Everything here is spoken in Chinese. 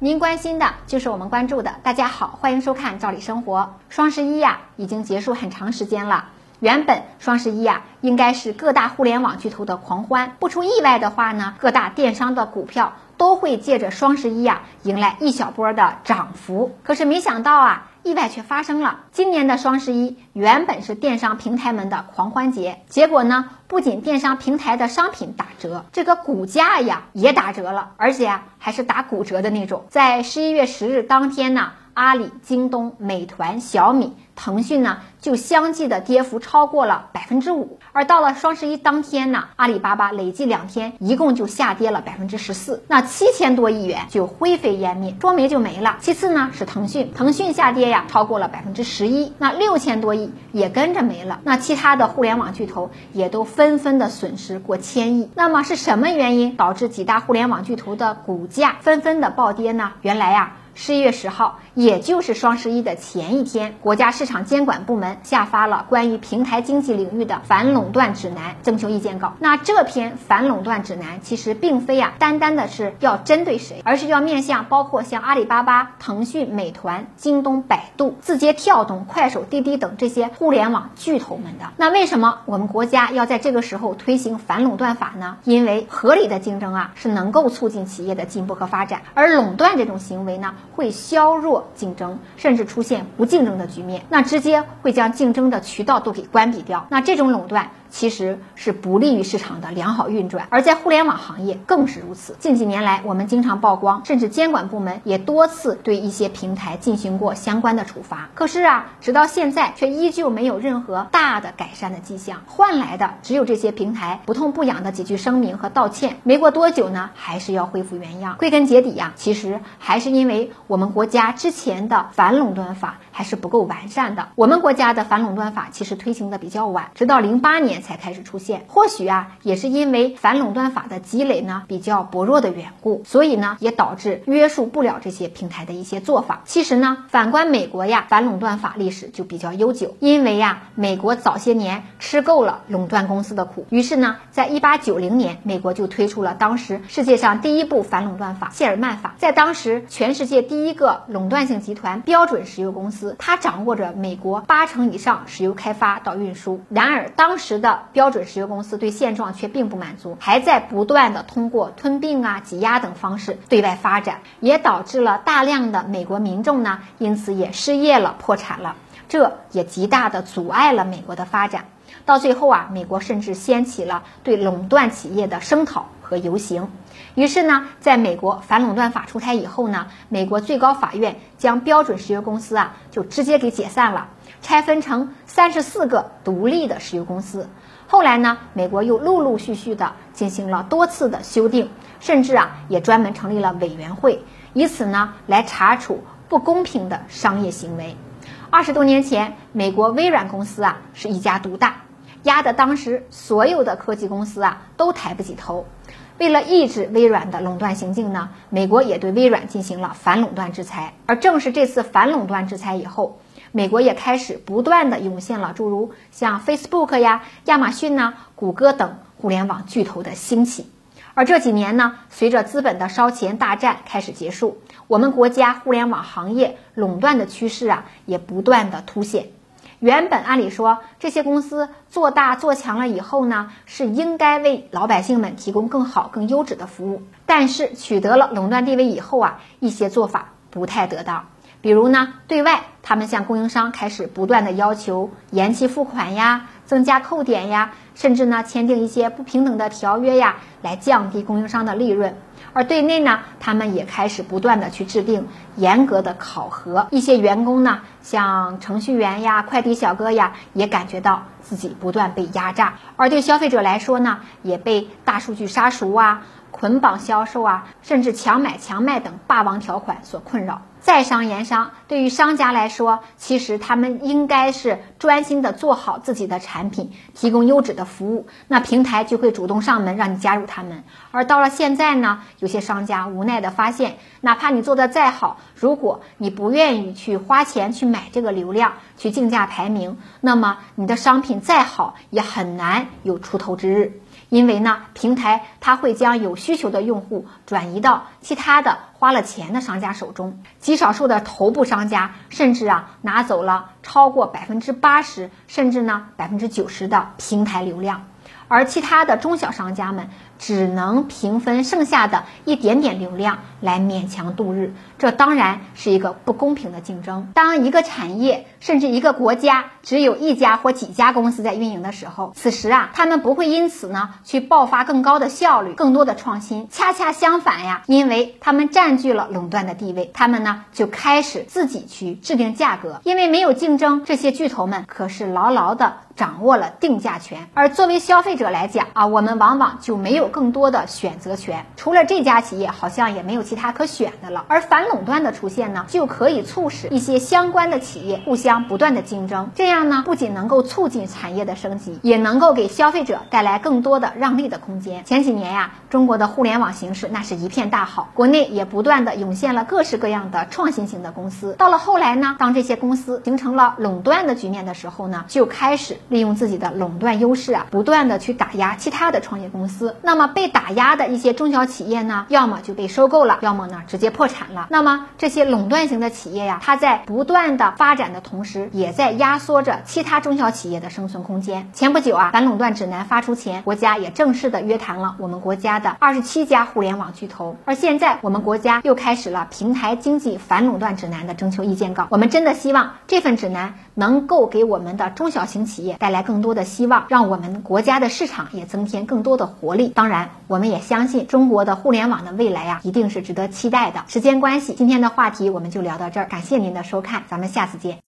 您关心的就是我们关注的。大家好，欢迎收看赵理生活。双十一已经结束很长时间了。原本双十一应该是各大互联网巨头的狂欢，不出意外的话呢，各大电商的股票都会借着双十一迎来一小波的涨幅。可是没想到意外却发生了。今年的双十一原本是电商平台们的狂欢节，结果呢，不仅电商平台的商品打折，这个股价也打折了，而且还是打骨折的那种。在11月10日当天呢，阿里、京东、美团、小米、腾讯呢就相继的跌幅超过了5%，而到了双十一当天呢，阿里巴巴累计2天一共就下跌了14%，那7000多亿元就灰飞烟灭，说没就没了。其次呢是腾讯下跌超过了11%，那6000多亿也跟着没了。那其他的互联网巨头也都纷纷的损失过1000亿。那么是什么原因导致几大互联网巨头的股价纷纷的暴跌呢？原来11月10号，也就是双十一的前一天，国家市场监管部门下发了关于平台经济领域的反垄断指南征求意见稿。那这篇反垄断指南其实并非单单的是要针对谁，而是要面向包括像阿里巴巴、腾讯、美团、京东、百度、字节跳动、快手、滴滴等这些互联网巨头们的。那为什么我们国家要在这个时候推行反垄断法呢？因为合理的竞争是能够促进企业的进步和发展，而垄断这种行为呢，会削弱竞争，甚至出现不竞争的局面，那直接会将竞争的渠道都给关闭掉。那这种垄断其实是不利于市场的良好运转，而在互联网行业更是如此。近几年来，我们经常曝光，甚至监管部门也多次对一些平台进行过相关的处罚。可是直到现在却依旧没有任何大的改善的迹象，换来的只有这些平台不痛不痒的几句声明和道歉。没过多久呢，还是要恢复原样。归根结底其实还是因为我们国家之前的反垄断法还是不够完善的。我们国家的反垄断法其实推行的比较晚，直到08年才开始出现。或许也是因为反垄断法的积累呢比较薄弱的缘故，所以呢也导致约束不了这些平台的一些做法。其实呢，反观美国反垄断法历史就比较悠久，因为美国早些年吃够了垄断公司的苦，于是呢，在1890年，美国就推出了当时世界上第一部反垄断法——谢尔曼法。在当时，全世界第一个垄断性集团标准石油公司，它掌握着美国80%以上石油开发到运输。然而，当时的标准石油公司对现状却并不满足，还在不断的通过吞并挤压等方式对外发展，也导致了大量的美国民众呢，因此也失业了、破产了，这也极大的阻碍了美国的发展。到最后美国甚至掀起了对垄断企业的声讨和游行。于是呢，在美国反垄断法出台以后呢，美国最高法院将标准石油公司就直接给解散了，拆分成34个独立的石油公司。后来呢，美国又陆陆续续的进行了多次的修订，甚至也专门成立了委员会，以此呢来查处不公平的商业行为。20多年前，美国微软公司是一家独大，压得当时所有的科技公司都抬不起头。为了抑制微软的垄断行径呢，美国也对微软进行了反垄断制裁。而正是这次反垄断制裁以后，美国也开始不断的涌现了诸如像 Facebook 亚马逊谷歌等互联网巨头的兴起。而这几年呢，随着资本的烧钱大战开始结束，我们国家互联网行业垄断的趋势也不断的凸显。原本按理说，这些公司做大做强了以后呢，是应该为老百姓们提供更好更优质的服务，但是取得了垄断地位以后一些做法不太得当。比如呢，对外他们向供应商开始不断的要求延期付款增加扣点甚至呢签订一些不平等的条约来降低供应商的利润。而对内呢，他们也开始不断的去制定严格的考核，一些员工呢，像程序员快递小哥也感觉到自己不断被压榨。而对消费者来说呢，也被大数据杀熟捆绑销售甚至强买强卖等霸王条款所困扰。在商言商，对于商家来说，其实他们应该是专心的做好自己的产品，提供优质的服务，那平台就会主动上门让你加入他们。而到了现在呢，有些商家无奈的发现，哪怕你做的再好，如果你不愿意去花钱去买这个流量，去竞价排名，那么你的商品再好也很难有出头之日。 因为呢，平台它会将有需求的用户转移到其他的花了钱的商家手中，极少数的头部商家甚至拿走了超过80%，甚至呢90%的平台流量，而其他的中小商家们只能平分剩下的一点点流量来勉强度日，这当然是一个不公平的竞争。当一个产业甚至一个国家只有一家或几家公司在运营的时候，此时他们不会因此呢去爆发更高的效率、更多的创新，恰恰相反因为他们占据了垄断的地位，他们呢就开始自己去制定价格。因为没有竞争，这些巨头们可是牢牢的掌握了定价权，而作为消费者来讲我们往往就没有更多的选择权，除了这家企业好像也没有其他可选的了。而反垄断的出现呢，就可以促使一些相关的企业互相不断的竞争，这样呢不仅能够促进产业的升级，也能够给消费者带来更多的让利的空间。前几年中国的互联网形势那是一片大好，国内也不断的涌现了各式各样的创新型的公司。到了后来呢，当这些公司形成了垄断的局面的时候呢，就开始利用自己的垄断优势不断的去打压其他的创业公司。那么被打压的一些中小企业呢，要么就被收购了，要么呢直接破产了。那么这些垄断型的企业它在不断的发展的同时，也在压缩着其他中小企业的生存空间。前不久反垄断指南发出前，国家也正式的约谈了我们国家的27家互联网巨头，而现在我们国家又开始了平台经济反垄断指南的征求意见稿。我们真的希望这份指南能够给我们的中小型企业带来更多的希望，让我们国家的市场也增添更多的活力。当然我们也相信中国的互联网的未来一定是值得期待的。时间关系，今天的话题我们就聊到这儿，感谢您的收看，咱们下次见。